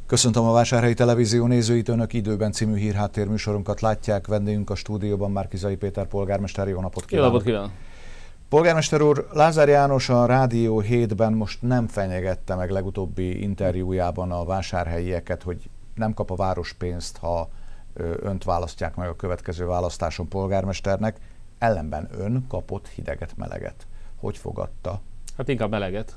Köszöntöm a Vásárhelyi Televízió nézőit, Önök Időben című hírháttérműsorunkat látják. Vendégünk a stúdióban Márki-Zay Péter polgármester. Jó napot kívánok! Jó napot kívánok! Polgármester úr, Lázár János a Rádió 7-ben most nem fenyegette meg legutóbbi interjújában a vásárhelyieket, hogy nem kap a város pénzt, ha önt választják meg a következő választáson polgármesternek. Ellenben ön kapott hideget-meleget. Hogy fogadta? Hát inkább meleget.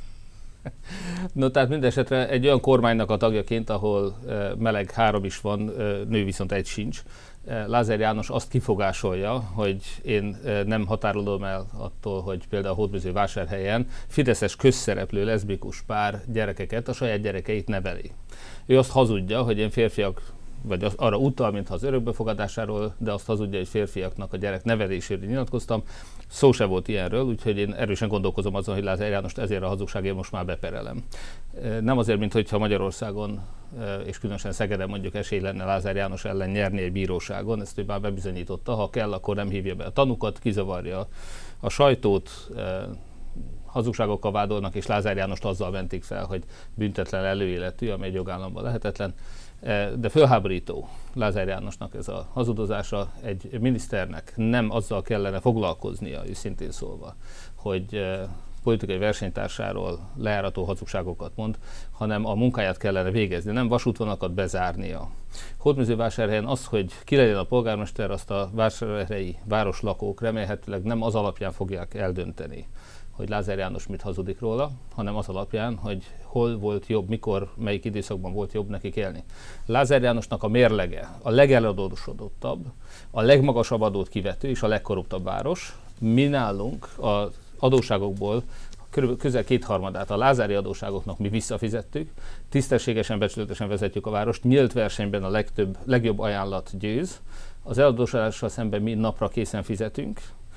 No, tehát mindesetre egy olyan kormánynak a tagjaként, ahol meleg 3 is van, nő viszont 1 sincs. Lázár János azt kifogásolja, hogy én nem határolom el attól, hogy például a Hódmezővásárhelyen fideszes közszereplő leszbikus pár gyerekeket, a saját gyerekeit neveli. Ő azt hazudja, hogy én férfiak, vagy arra utal, mintha az örökbefogadásáról, de azt hazudja, hogy férfiaknak a gyerek neveléséről nyilatkoztam. Szó se volt ilyenről, úgyhogy én erősen gondolkozom azon, hogy Lázár Jánost ezért a hazugságért most már beperelem. Nem azért, mintha Magyarországon, és különösen Szegeden mondjuk esély lenne Lázár János ellen nyerni egy bíróságon, ezt ő már bebizonyította, ha kell, akkor nem hívja be a tanúkat, kizavarja a sajtót, hazugságokkal vádolnak, és Lázár Jánost azzal mentik fel, hogy büntetlen előéletű, ami egy jogállamban lehetetlen. De fölháborító Lázár Jánosnak ez a hazudozása. Egy miniszternek nem azzal kellene foglalkoznia, őszintén szólva, hogy politikai versenytársáról lejárató hazugságokat mond, hanem a munkáját kellene végezni, nem vasútvonalakat bezárnia. Hódmezővásárhelyen az, hogy ki legyen a polgármester, azt a vásárhelyi városlakók remélhetőleg nem az alapján fogják eldönteni, hogy Lázár János mit hazudik róla, hanem az alapján, hogy hol volt jobb, mikor, melyik időszakban volt jobb nekik élni. Lázár Jánosnak a mérlege a legeladósodottabb, a legmagasabb adót kivető és a legkorruptabb város. Mi nálunk az adósságokból közel 2/3 a lázári adósságoknak mi visszafizettük, tisztességesen, becsületesen vezetjük a várost, nyílt versenyben a legjobb ajánlat győz, az eladósodással szemben mi napra készen fizetünk,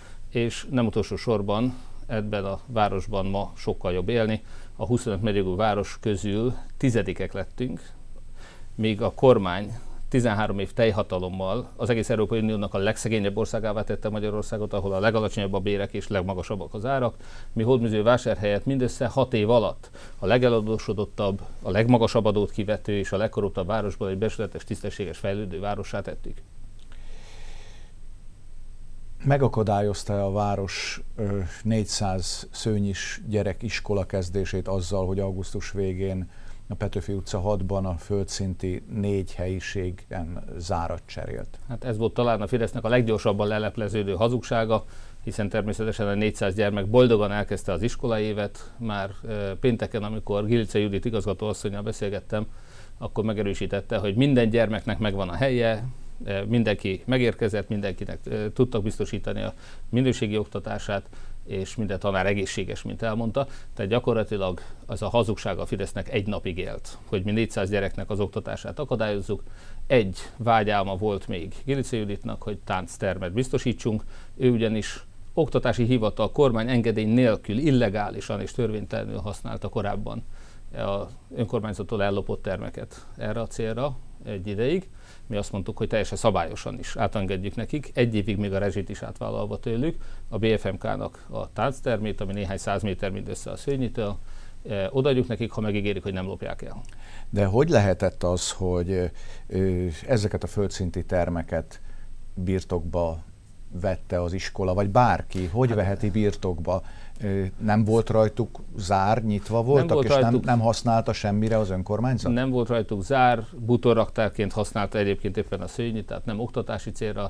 és nem utolsó sorban ebben a városban ma sokkal jobb élni. A 25 megyegű város közül 10-ek lettünk, míg a kormány 13 év teljhatalommal az egész Európai Uniónak a legszegényebb országává tette Magyarországot, ahol a legalacsonyabb a bérek és legmagasabbak az árak. Mi Hódmezővásárhelyet mindössze 6 év alatt a legeladósodottabb, a legmagasabb adót kivető és a legkorruptabb városból egy becsületes, tisztességes, fejlődő várossá tettük. Megakadályozta a város 400 szőnyis gyerek iskola kezdését azzal, hogy augusztus végén a Petőfi utca 6-ban a földszinti 4 helyiségen zárat cserélt? Hát ez volt talán a Fidesznek a leggyorsabban lelepleződő hazugsága, hiszen természetesen a 400 gyermek boldogan elkezdte az iskolaévet. Már pénteken, amikor Gilice Judit igazgatóasszonnyal beszélgettem, akkor megerősítette, hogy minden gyermeknek megvan a helye, mindenki megérkezett, mindenkinek tudtak biztosítani a minőségi oktatását, és minden tanár egészséges, mint elmondta. Tehát gyakorlatilag az a hazugság a Fidesznek egy napig élt, hogy mi 400 gyereknek az oktatását akadályozzuk. Egy vágyálma volt még Gilice Juditnak, hogy tánctermet biztosítsunk. Ő ugyanis oktatási hivatal kormány engedély nélkül illegálisan és törvénytelenül használta korábban az önkormányzattól ellopott termeket erre a célra egy ideig. Mi azt mondtuk, hogy teljesen szabályosan is átengedjük nekik, 1 évig még a rezsit is átvállalva tőlük, a BFMK-nak a tánctermét, ami néhány 100 méter mindössze a Szőnyitől, odaadjuk nekik, ha megígérik, hogy nem lopják el. De hogy lehetett az, hogy ezeket a földszinti termeket birtokba vette az iskola, vagy bárki, hogy veheti birtokba? Nem volt rajtuk zár, nyitva voltak, és nem használta semmire az önkormányzat? Nem volt rajtuk zár, bútorraktárként használta egyébként éppen a Szőnyit, tehát nem oktatási célra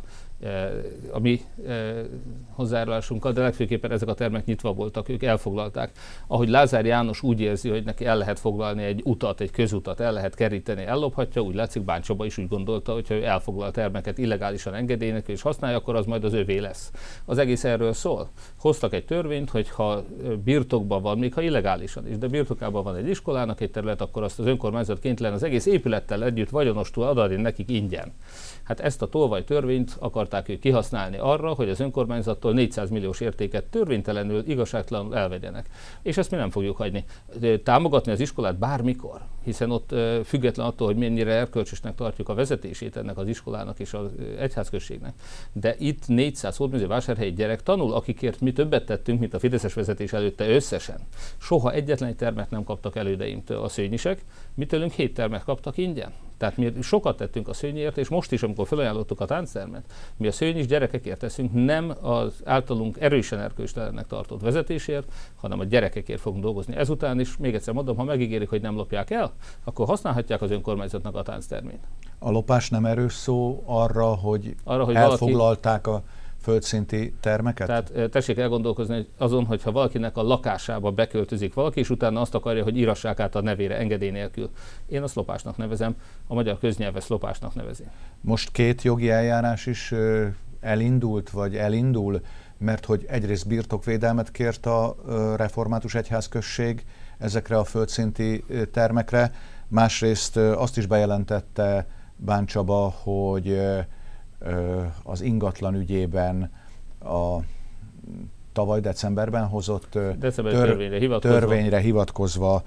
a mi hozzájárulásunkkal, de legfőképpen ezek a termek nyitva voltak, ők elfoglalták. Ahogy Lázár János úgy érzi, hogy neki el lehet foglalni egy utat, egy közutat, el lehet keríteni, ellophatja, úgy látszik Bán Csaba is úgy gondolta, hogy ha ő elfoglal termeket illegálisan engedélynek és használja, akkor az majd az övé lesz. Az egész erről szól. Hoztak egy törvényt, hogy ha birtokban van, még ha illegálisan is, de birtokában van egy iskolának egy terület, akkor azt az önkormányzat kénytelen az egész épülettel együtt vagyonostul adni nekik ingyen. Hát ezt a tolvaj törvényt akart akarták ők kihasználni arra, hogy az önkormányzattól 400 milliós értéket törvénytelenül, igazságtalanul elvegyenek. És ezt mi nem fogjuk hagyni. Támogatni az iskolát bármikor, hiszen ott független attól, hogy mennyire erkölcsösnek tartjuk a vezetését ennek az iskolának és az egyházközségnek. De itt 400 hódműzővásárhelyi gyerek tanul, akikért mi többet tettünk, mint a fideszes vezetés előtte összesen. Soha egyetlen egy termet nem kaptak elődeimtől a szőnyisek, mi tőlünk 7 termet kaptak ingyen. Tehát mi sokat tettünk a szőnyért, és most is, amikor felajánlottuk a tánctermet, mi a szőnyis gyerekekért teszünk, nem az általunk erősen erkölcstelennek tartott vezetésért, hanem a gyerekekért fogunk dolgozni. Ezután is, még egyszer mondom, ha megígérik, hogy nem lopják el, akkor használhatják az önkormányzatnak a tánctermét. A lopás nem erős szó arra, hogy elfoglalták a földszinti termeket? Tehát tessék elgondolkozni azon, hogyha valakinek a lakásába beköltözik valaki, és utána azt akarja, hogy írassák át a nevére engedély nélkül. Én azt lopásnak nevezem, a magyar köznyelv ezt lopásnak nevezi. Most 2 jogi eljárás is elindult, vagy elindul, mert hogy egyrészt birtokvédelmet kért a református egyházközség ezekre a földszinti termekre, másrészt azt is bejelentette Bán Csaba, hogy az ingatlan ügyében a tavaly decemberben hozott törvényre hivatkozva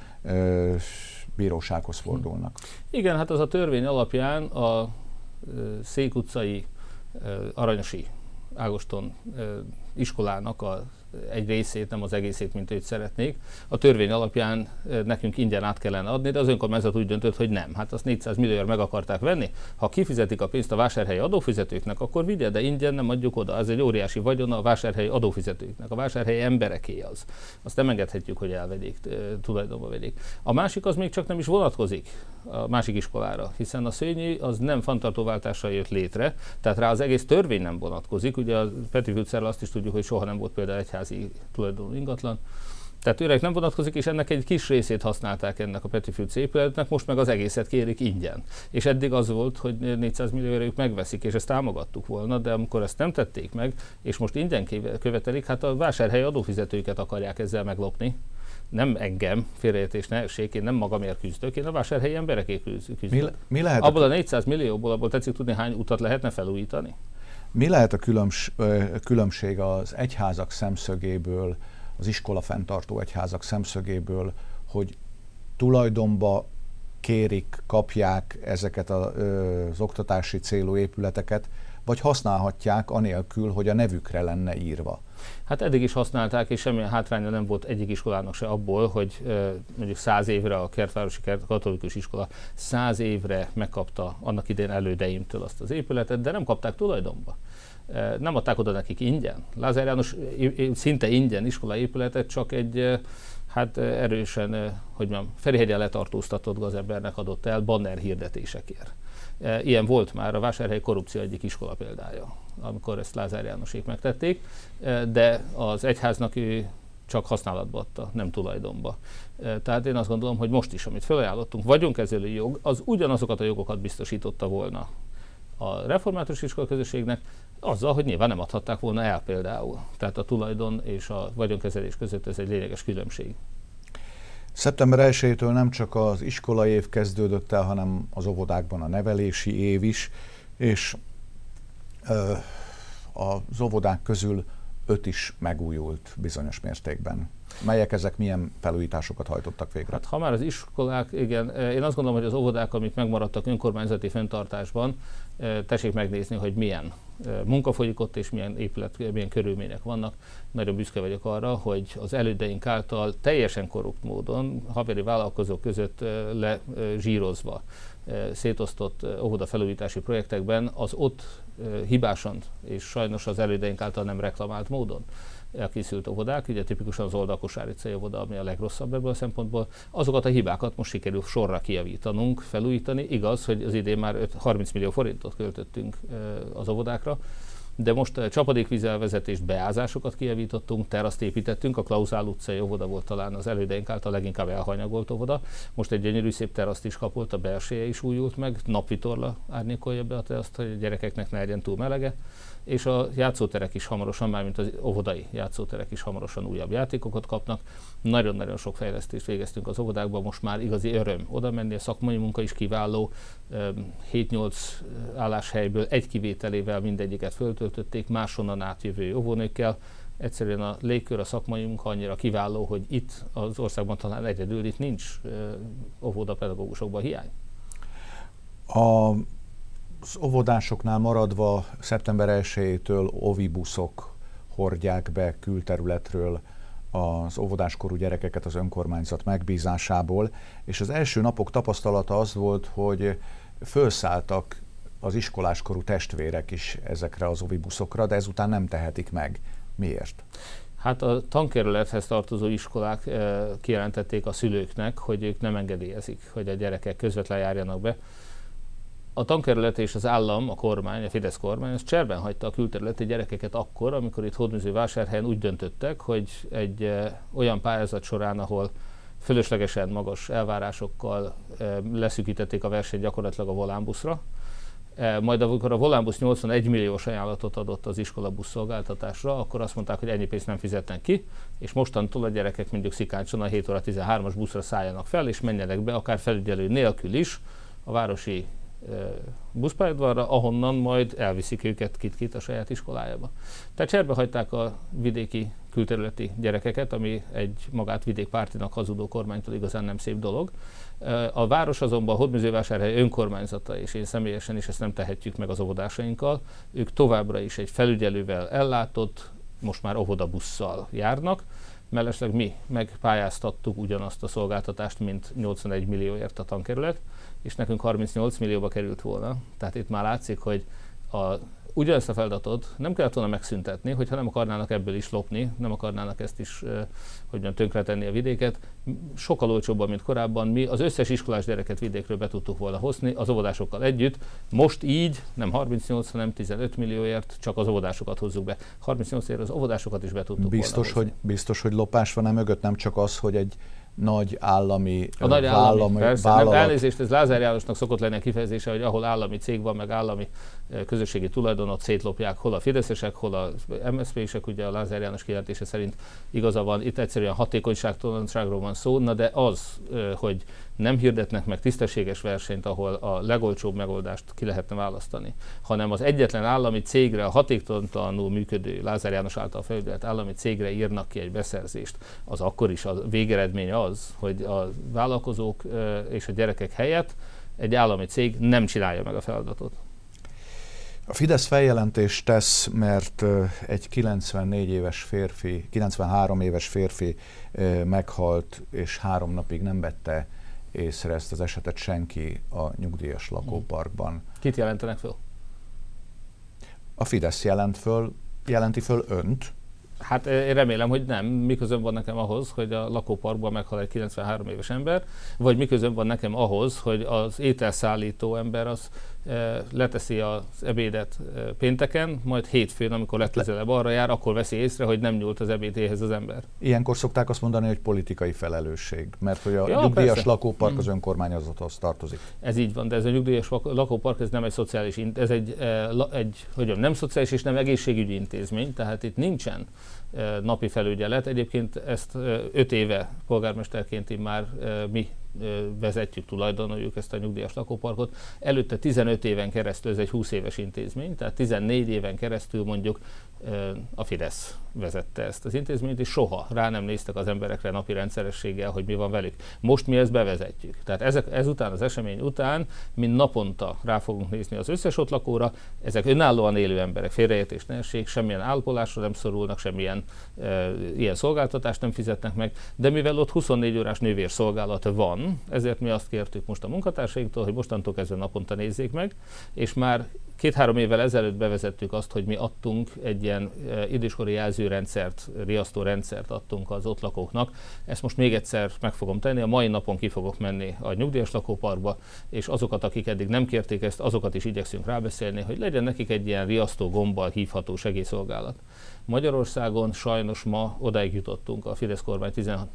bírósághoz fordulnak. Igen, hát az a törvény alapján a Szék utcai Aranyosi Ágoston iskolának egy részét, nem az egészét, mint őt szeretnék. A törvény alapján nekünk ingyen át kellene adni, de az önkormányzat úgy döntött, hogy nem. Hát azt 400 millióért meg akarták venni. Ha kifizetik a pénzt a vásárhelyi adófizetőknek, akkor vigye, de ingyen nem adjuk oda. Ez egy óriási vagyon a vásárhelyi adófizetőknek, a vásárhelyi embereké az. Azt nem engedhetjük, hogy elvegyék, tulajdonba vegyék. A másik az még csak nem is vonatkozik a másik iskolára, hiszen a szőnyi az nem fenntartóváltással jött létre, tehát rá az egész törvény nem vonatkozik. Ugye a Petőfi utcáról azt is tudjuk, hogy soha nem volt például egyházi tulajdonú ingatlan. Tehát őrek nem vonatkozik, és ennek egy kis részét használták ennek a Petőfi utca épületnek, most meg az egészet kérik ingyen. És eddig az volt, hogy 400 millióra ők megveszik, és ezt támogattuk volna, de amikor ezt nem tették meg, és most ingyen követelik, hát a vásárhelyi adófizetőket akarják ezzel meglopni. Nem engem, félreértés ne essék, én nem magamért küzdök, én a vásárhelyi emberekért küzdök. Mi lehet abból a 400 millióból, abból tetszik tudni, hány utat lehetne felújítani? Mi lehet a különbség az egyházak szemszögéből, az iskola fenntartó egyházak szemszögéből, hogy tulajdonba kérik, kapják ezeket az oktatási célú épületeket, vagy használhatják anélkül, hogy a nevükre lenne írva? Hát eddig is használták, és semmilyen hátránya nem volt egyik iskolának se abból, hogy mondjuk 100 évre a Kertvárosi Katolikus Iskola 100 évre megkapta annak idején elődeimtől azt az épületet, de nem kapták tulajdonba. Nem adták oda nekik ingyen. Lázár János szinte ingyen iskolaépületet csak egy erősen, Ferihegyen letartóztatott gazembernek adott el banner hirdetésekért. Ilyen volt már a vásárhelyi korrupció egyik iskola példája, amikor ezt Lázár Jánosék megtették, de az egyháznak ő csak használatba adta, nem tulajdonba. Tehát én azt gondolom, hogy most is, amit felajánlottunk, vagyonkezelői jog, az ugyanazokat a jogokat biztosította volna a református iskola közösségnek, azzal, hogy nyilván nem adhatták volna el például. Tehát a tulajdon és a vagyonkezelés között ez egy lényeges különbség. Szeptember 1-től nem csak az iskolai év kezdődött el, hanem az óvodákban a nevelési év is, és az óvodák közül 5 is megújult bizonyos mértékben. Melyek ezek, milyen felújításokat hajtottak végre? Hát ha már az iskolák, igen, én azt gondolom, hogy az óvodák, amik megmaradtak önkormányzati fenntartásban, tessék megnézni, hogy milyen munka folyik ott, és milyen körülmények vannak. Nagyon büszke vagyok arra, hogy az elődeink által teljesen korrupt módon, haveri vállalkozók között lezsírozva szétosztott óvoda felújítási projektekben az ott hibásan és sajnos az elődeink által nem reklamált módon elkészült óvodák, ugye tipikusan az Oldalkosár utcai óvoda, ami a legrosszabb ebből a szempontból, azokat a hibákat most sikerül sorra kijavítanunk, felújítani. Igaz, hogy az idén már 30 millió forintot költöttünk az óvodákra, de most csapadékvízelvezetést, beázásokat kijavítottunk, teraszt építettünk, a Klauzál utcai óvoda volt talán az elődeink által leginkább elhanyagolt óvoda. Most egy gyönyörű szép teraszt is kapott, a belseje is újult meg, napvitorla árnyékolja be a teraszt, hogy a gyerekeknek ne legyen túl melege, és a játszóterek is hamarosan, mármint az óvodai játszóterek is hamarosan újabb játékokat kapnak. Nagyon-nagyon sok fejlesztést végeztünk az óvodákban, most már igazi öröm oda menni, a szakmai munka is kiváló, 7-8 álláshelyből egy kivételével mindegyiket föltöltötték, máshonnan átjövő óvónőkkel. Egyszerűen a légkör, a szakmai munka annyira kiváló, hogy itt az országban talán egyedül itt nincs óvodapedagógusokban hiány. Az óvodásoknál maradva szeptember 1-től óvibuszok hordják be külterületről az óvodáskorú gyerekeket az önkormányzat megbízásából, és az első napok tapasztalata az volt, hogy felszálltak az iskoláskorú testvérek is ezekre az óvibuszokra, de ezután nem tehetik meg. Miért? Hát a tankerülethez tartozó iskolák kijelentették a szülőknek, hogy ők nem engedélyezik, hogy a gyerekek közvetlen járjanak be. A tankerület és az állam, a kormány, a Fidesz kormány, az cserben hagyta a külterületi gyerekeket akkor, amikor itt Hódmezővásárhelyen úgy döntöttek, hogy egy olyan pályázat során, ahol fölöslegesen magas elvárásokkal leszűkítették a versenyt gyakorlatilag a volánbuszra, majd amikor a volánbusz 81 milliós ajánlatot adott az iskolabusz szolgáltatásra, akkor azt mondták, hogy ennyi pénzt nem fizetnek ki, és mostantól a gyerekek mondjuk Szikáncson a 7 óra 13-as buszra szálljanak fel, és menjenek be akár felügyelő nélkül is a városi buszpályaudvarra, ahonnan majd elviszik őket kit-kit a saját iskolájába. Tehát cserbe hagyták a vidéki külterületi gyerekeket, ami egy magát vidékpártinak hazudó kormánytól igazán nem szép dolog. A város azonban a Hódmezővásárhely önkormányzata, és én személyesen is ezt nem tehetjük meg az óvodásainkkal, ők továbbra is egy felügyelővel ellátott, most már óvodabusszal járnak, mellesleg mi megpályáztattuk ugyanazt a szolgáltatást, mint 81 millióért a tankerület, és nekünk 38 millióba került volna. Tehát itt már látszik, hogy ugyanezt a feladatot nem kellett volna megszüntetni, hogyha nem akarnának ebből is lopni, nem akarnának ezt is tönkretenni a vidéket. Sokkal olcsóbban, mint korábban. Mi az összes iskolás gyereket vidékről be tudtuk volna hozni, az óvodásokkal együtt. Most így, nem 38, hanem 15 millióért csak az óvodásokat hozzuk be. 38-ért az óvodásokat is be tudtuk volna hozni. Biztos, hogy lopás van mögött, nem csak az, hogy egy nagy állami vállalat. Nem, elnézést, ez Lázár Jánosnak szokott lenni a kifejezése, hogy ahol állami cég van, meg állami közösségi tulajdonot szétlopják, hol a fideszesek, hol a MSZP-sek, ugye a Lázár János kijelentése szerint igaza van, itt egyszerűen hatékonyságtalanságról van szó, de az, hogy nem hirdetnek meg tisztességes versenyt, ahol a legolcsóbb megoldást ki lehetne választani, hanem az egyetlen állami cégre, a hatéktalanul működő Lázár János által felügyelt állami cégre írnak ki egy beszerzést, az akkor is a végeredménye az, hogy a vállalkozók és a gyerekek helyett egy állami cég nem csinálja meg a feladatot. A Fidesz feljelentést tesz, mert egy 93 éves férfi meghalt, és 3 napig nem vette észre ezt az esetet senki a nyugdíjas lakóparkban. Kit jelentenek föl? A Fidesz jelenti föl önt. Hát én remélem, hogy nem. Miközben van nekem ahhoz, hogy a lakóparkban meghal egy 93 éves ember, vagy miközben van nekem ahhoz, hogy az ételszállító ember az leteszi az ebédet pénteken, majd hétfőn, amikor legközelebb arra jár, akkor veszi észre, hogy nem nyúlt az ebédéhez az ember. Ilyenkor szokták azt mondani, hogy politikai felelősség, mert hogy a nyugdíjas lakópark az önkormányzathoz tartozik. Ez így van, de ez a nyugdíjas lakópark, ez nem egy szociális, ez nem szociális és nem egészségügyi intézmény, tehát itt nincsen napi felügyelet. Egyébként ezt 5 éve polgármesterként már mi vezetjük, tulajdonoljuk ezt a nyugdíjas lakóparkot. Előtte 15 éven keresztül, ez egy 20 éves intézmény, tehát 14 éven keresztül mondjuk a Fidesz vezette ezt az intézményt, és soha rá nem néztek az emberekre napi rendszerességgel, hogy mi van velük. Most mi ezt bevezetjük. Tehát ezután, az esemény után mi naponta rá fogunk nézni az összes ott lakóra, ezek önállóan élő emberek, félreértés ne essék, semmilyen ápolásra nem szorulnak, semmilyen ilyen szolgáltatást nem fizetnek meg, de mivel ott 24 órás nővérszolgálat van, ezért mi azt kértük most a munkatársainktól, hogy mostantól kezdve naponta nézzék meg, és már 2-3 évvel ezelőtt bevezettük azt, hogy mi adtunk egy ilyen időskori jelzőrendszert, riasztórendszert adtunk az ott lakóknak. Ezt most még egyszer meg fogom tenni, a mai napon ki fogok menni a nyugdíjas lakóparkba, és azokat, akik eddig nem kérték ezt, azokat is igyekszünk rábeszélni, hogy legyen nekik egy ilyen riasztó gombbal hívható segélyszolgálat. Magyarországon sajnos ma odáig jutottunk, a Fidesz kormány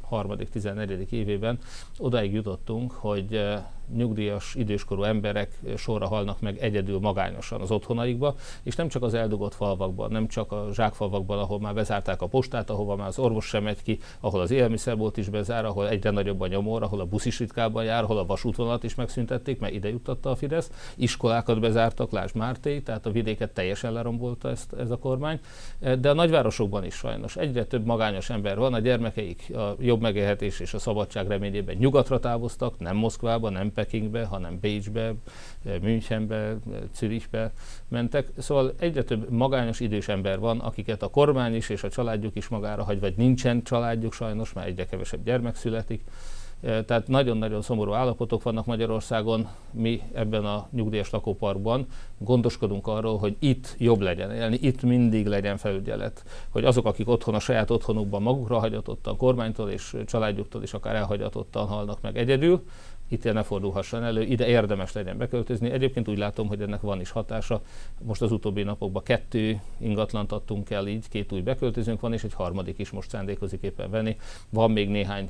13.-14. évében odáig jutottunk, hogy nyugdíjas, időskorú emberek sorra halnak meg egyedül magányosan az otthonaikba, és nem csak az eldugott falvakban, nem csak a zsákfalvakban, ahol már bezárták a postát, ahova már az orvos sem megy ki, ahol az élelmiszerbolt is bezár, ahol egyre nagyobb a nyomor, ahol a busz is ritkában jár, ahol a vasútvonalat is megszüntették, mert ide juttatta a Fidesz, iskolákat bezártak, lásd Márté, tehát a vidéket teljesen lerombolta ez a kormány, de a nagyvárosokban is sajnos egyre több magányos ember van, a gyermekeik a jobb megélhetés és a szabadság reményében nyugatra távoztak, nem Moszkvába, nem Pekingbe, hanem Bécsbe, Münchenbe, Zürichbe mentek. Szóval egyre több magányos idős ember van, akiket a kormány is és a családjuk is magára hagy, vagy nincsen családjuk sajnos, mert egyre kevesebb gyermek születik. Tehát nagyon-nagyon szomorú állapotok vannak Magyarországon. Mi ebben a nyugdíjas lakóparkban gondoskodunk arról, hogy itt jobb legyen élni, itt mindig legyen felügyelet. Hogy azok, akik otthon a saját otthonukban magukra hagyatottan, kormánytól és családjuktól is akár elhagyatottan halnak meg egyedül, itt ne fordulhasson elő, ide érdemes legyen beköltözni. Egyébként úgy látom, hogy ennek van is hatása. Most az utóbbi napokban 2 ingatlant adtunk el, így 2 új beköltözőnk van, és egy harmadik is most szándékozik éppen venni. Van még néhány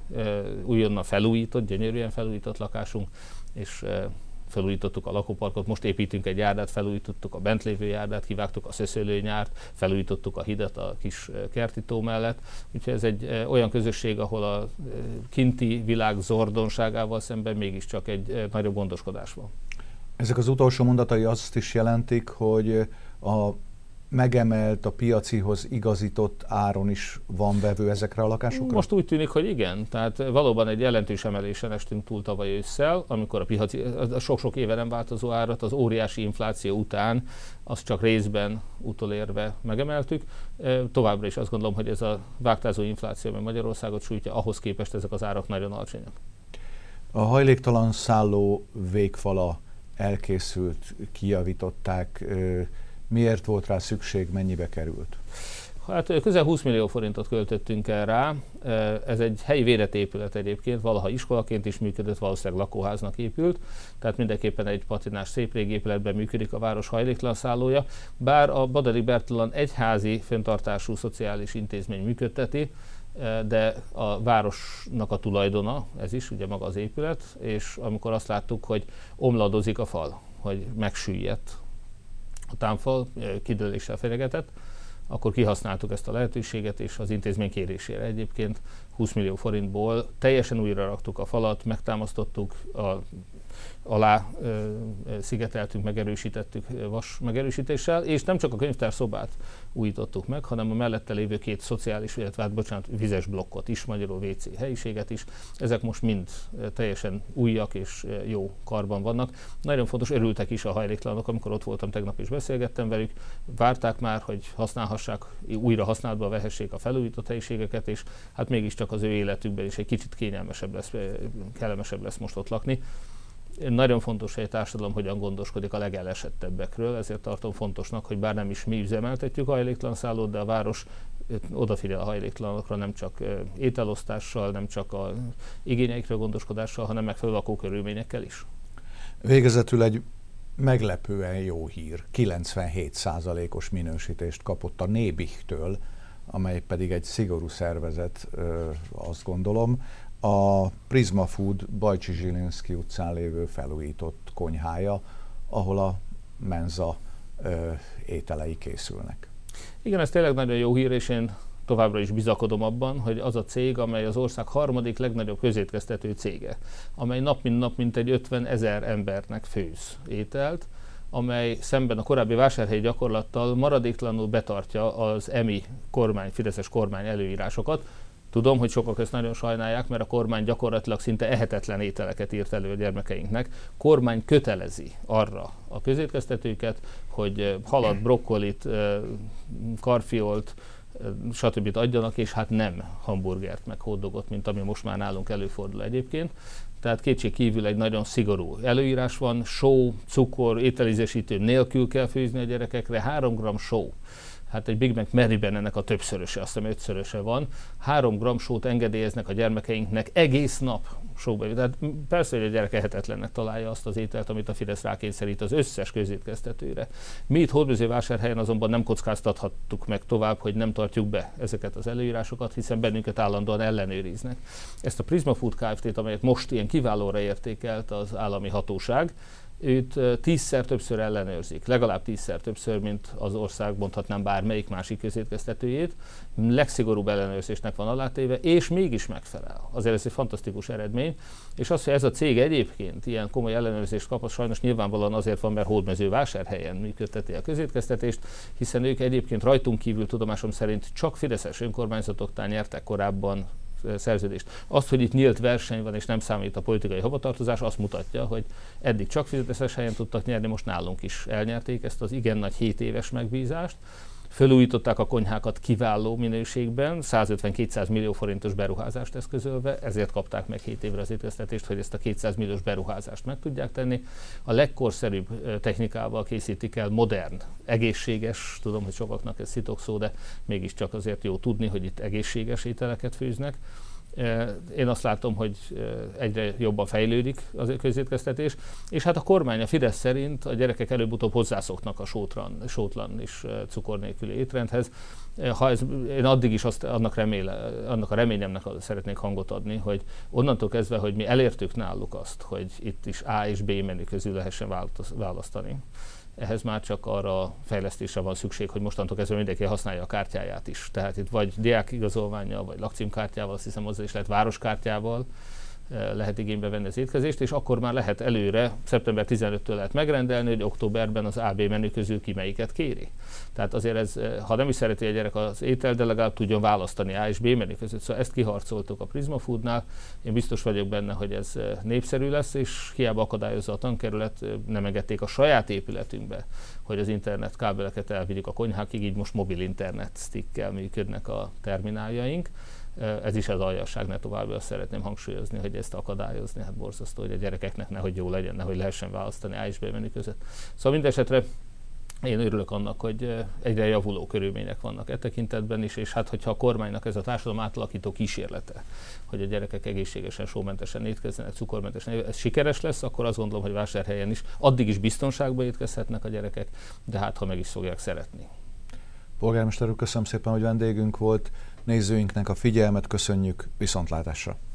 újonnan felújított, gyönyörűen felújított lakásunk, és felújítottuk a lakóparkot, most építünk egy járdát, felújítottuk a bent lévő járdát, kivágtuk a szöszölőnyárt, felújítottuk a hidat a kis kerti tó mellett. Úgyhogy ez egy olyan közösség, ahol a kinti világ zordonságával szemben mégiscsak egy nagyobb gondoskodás van. Ezek az utolsó mondatai azt is jelentik, hogy a megemelt, a piacihoz igazított áron is van vevő ezekre a lakásokra? Most úgy tűnik, hogy igen. Tehát valóban egy jelentős emelésen estünk túl tavaly ősszel, amikor a piaci, sok-sok éve nem változó árat az óriási infláció után azt csak részben utolérve megemeltük. Továbbra is azt gondolom, hogy ez a vágtázó infláció, ami Magyarországot sújtja, ahhoz képest ezek az árak nagyon alacsonyak. A hajléktalan szálló végfala elkészült, kijavították. Miért volt rá szükség, mennyibe került? Hát közel 20 millió forintot költöttünk el rá. Ez egy helyi védett épület egyébként, valaha iskolaként is működött, valószínűleg lakóháznak épült, tehát mindenképpen egy patinás szép régi épületben működik a város hajléktalan szállója, bár a Badari Bertalan egyházi fenntartású szociális intézmény működteti, de a városnak a tulajdona, ez is ugye maga az épület, és amikor azt láttuk, hogy omladozik a fal, hogy megsüllyedt a támfal, kidőléssel fenyegetett, akkor kihasználtuk ezt a lehetőséget, és az intézmény kérésére egyébként 20 millió forintból teljesen újra raktuk a falat, megtámasztottuk, alá szigeteltünk, megerősítettük vas megerősítéssel, és nem csak a könyvtárszobát újítottuk meg, hanem a mellette lévő 2 szociális, illetve vizes blokkot is, magyarul WC helyiséget is. Ezek most mind teljesen újak és jó karban vannak. Nagyon fontos, örültek is a hajléktalanok, amikor ott voltam tegnap és beszélgettem velük, várták már, hogy használhassák, újra használatba vehessék a felújított helyiségeket, és hát mégiscsak az ő életükben is egy kicsit kényelmesebb lesz, kellemesebb lesz most ott lakni. Nagyon fontos, hogy a társadalom hogyan gondoskodik a legelesettebbekről, ezért tartom fontosnak, hogy bár nem is mi üzemeltetjük a hajléktalan szállót, de a város odafigyel a hajléktalanokra nem csak ételosztással, nem csak a igényeikről gondoskodással, hanem megfelelő lakókörülményekkel is. Végezetül egy meglepően jó hír. 97%-os minősítést kapott a Nébih-től, amely pedig egy szigorú szervezet, azt gondolom. A Prisma Food Bajcsi Zsilinszky utcán lévő felújított konyhája, ahol a menza ételei készülnek. Igen, ez tényleg nagyon jó hír, és én továbbra is bizakodom abban, hogy az a cég, amely az ország harmadik legnagyobb közétkeztető cége, amely nap mint nap mintegy 50 000 embernek főz ételt, amely szemben a korábbi vásárhelyi gyakorlattal maradéktalanul betartja az EMI kormány, fideszes kormány előírásokat. Tudom, hogy sokak ezt nagyon sajnálják, mert a kormány gyakorlatilag szinte ehetetlen ételeket írt elő a gyermekeinknek. Kormány kötelezi arra a közétkeztetőket, hogy halat, brokkolit, karfiolt, stb. Adjanak, és hát nem hamburgert, meg hotdogot, mint ami most már nálunk előfordul egyébként. Tehát kétség kívül egy nagyon szigorú előírás van, só, cukor, ételízésítő nélkül kell főzni a gyerekekre, 3 g só, Hát egy Big Mac Maryben ennek a többszöröse, azt hiszem 5-szöröse van. 3 g sót engedélyeznek a gyermekeinknek egész nap sóba. Tehát persze, hogy a gyerek ehetetlennek találja azt az ételt, amit a Fidesz rákényszerít az összes közétkeztetőre. Mi itt Hódmezővásárhelyen azonban nem kockáztathattuk meg tovább, hogy nem tartjuk be ezeket az előírásokat, hiszen bennünket állandóan ellenőriznek. Ezt a Prisma Food Kft-t, amelyet most ilyen kiválóra értékelt az állami hatóság, őt 10-szer többször ellenőrzik, legalább 10-szer többször, mint az ország, mondhatnám bármelyik másik közétkeztetőjét. Legszigorúbb ellenőrzésnek van alátéve, és mégis megfelel. Azért ez egy fantasztikus eredmény. És az, hogy ez a cég egyébként ilyen komoly ellenőrzést kap, az sajnos nyilvánvalóan azért van, mert Hódmezővásárhelyen működteti a közétkeztetést, hiszen ők egyébként rajtunk kívül tudomásom szerint csak fideszes önkormányzatoktól nyertek korábban szerződést. Azt, hogy itt nyílt verseny van és nem számít a politikai hovatartozás, azt mutatja, hogy eddig csak fideszes helyen tudtak nyerni, most nálunk is elnyerték ezt az igen nagy 7 éves megbízást. Fölújították a konyhákat kiváló minőségben, 150-200 millió forintos beruházást eszközölve, ezért kapták meg 7 évre az étkeztetést, hogy ezt a 200 milliós beruházást meg tudják tenni. A legkorszerűbb technikával készítik el, modern, egészséges, tudom, hogy sokaknak ez szitokszó, de mégiscsak azért jó tudni, hogy itt egészséges ételeket főznek. Én azt látom, hogy egyre jobban fejlődik az közétkeztetés, és hát a kormány, a Fidesz szerint a gyerekek előbb-utóbb hozzászoknak a sótlan és cukor nélküli étrendhez. Én addig is annak a reményemnek szeretnék hangot adni, hogy onnantól kezdve, hogy mi elértük náluk azt, hogy itt is A és B menü közül lehessen választani. Ehhez már csak arra fejlesztésre van szükség, hogy mostantól kezdve mindenki használja a kártyáját is. Tehát itt vagy diákigazolvánnyal, vagy lakcímkártyával, azt hiszem hozzá is lehet városkártyával lehet igénybe venni az étkezést, és akkor már lehet előre, szeptember 15-től lehet megrendelni, hogy októberben az AB menü közül ki melyiket kéri. Tehát azért ez, ha nem is szereti a gyerek az étel, de legalább tudjon választani A és B menü között. Szóval ezt kiharcoltuk a Prisma Foodnál. Én biztos vagyok benne, hogy ez népszerű lesz, és hiába akadályozza a tankerület, nem engedték a saját épületünkbe, hogy az internet kábeleket elvigyük a konyhákig, így most mobil internet stickkel működnek a termináljaink. Ez is az aljasság, ne tovább, azt szeretném hangsúlyozni, hogy ezt akadályozni, hát borzasztó, hogy a gyerekeknek nehogy jó legyen, nehogy lehessen választani A és B menü között. Szóval mindesetre én örülök annak, hogy egyre javuló körülmények vannak e tekintetben is, és hát hogyha a kormánynak ez a társadalom átalakító kísérlete, hogy a gyerekek egészségesen, sómentesen étkezzenek, cukormentesen, ez sikeres lesz, akkor azt gondolom, hogy Vásárhelyen is addig is biztonságban étkezhetnek a gyerekek, de hát ha meg is fogják szeretni. Polgármester úr, köszönöm szépen, hogy vendégünk volt. Nézőinknek a figyelmet köszönjük, viszontlátásra!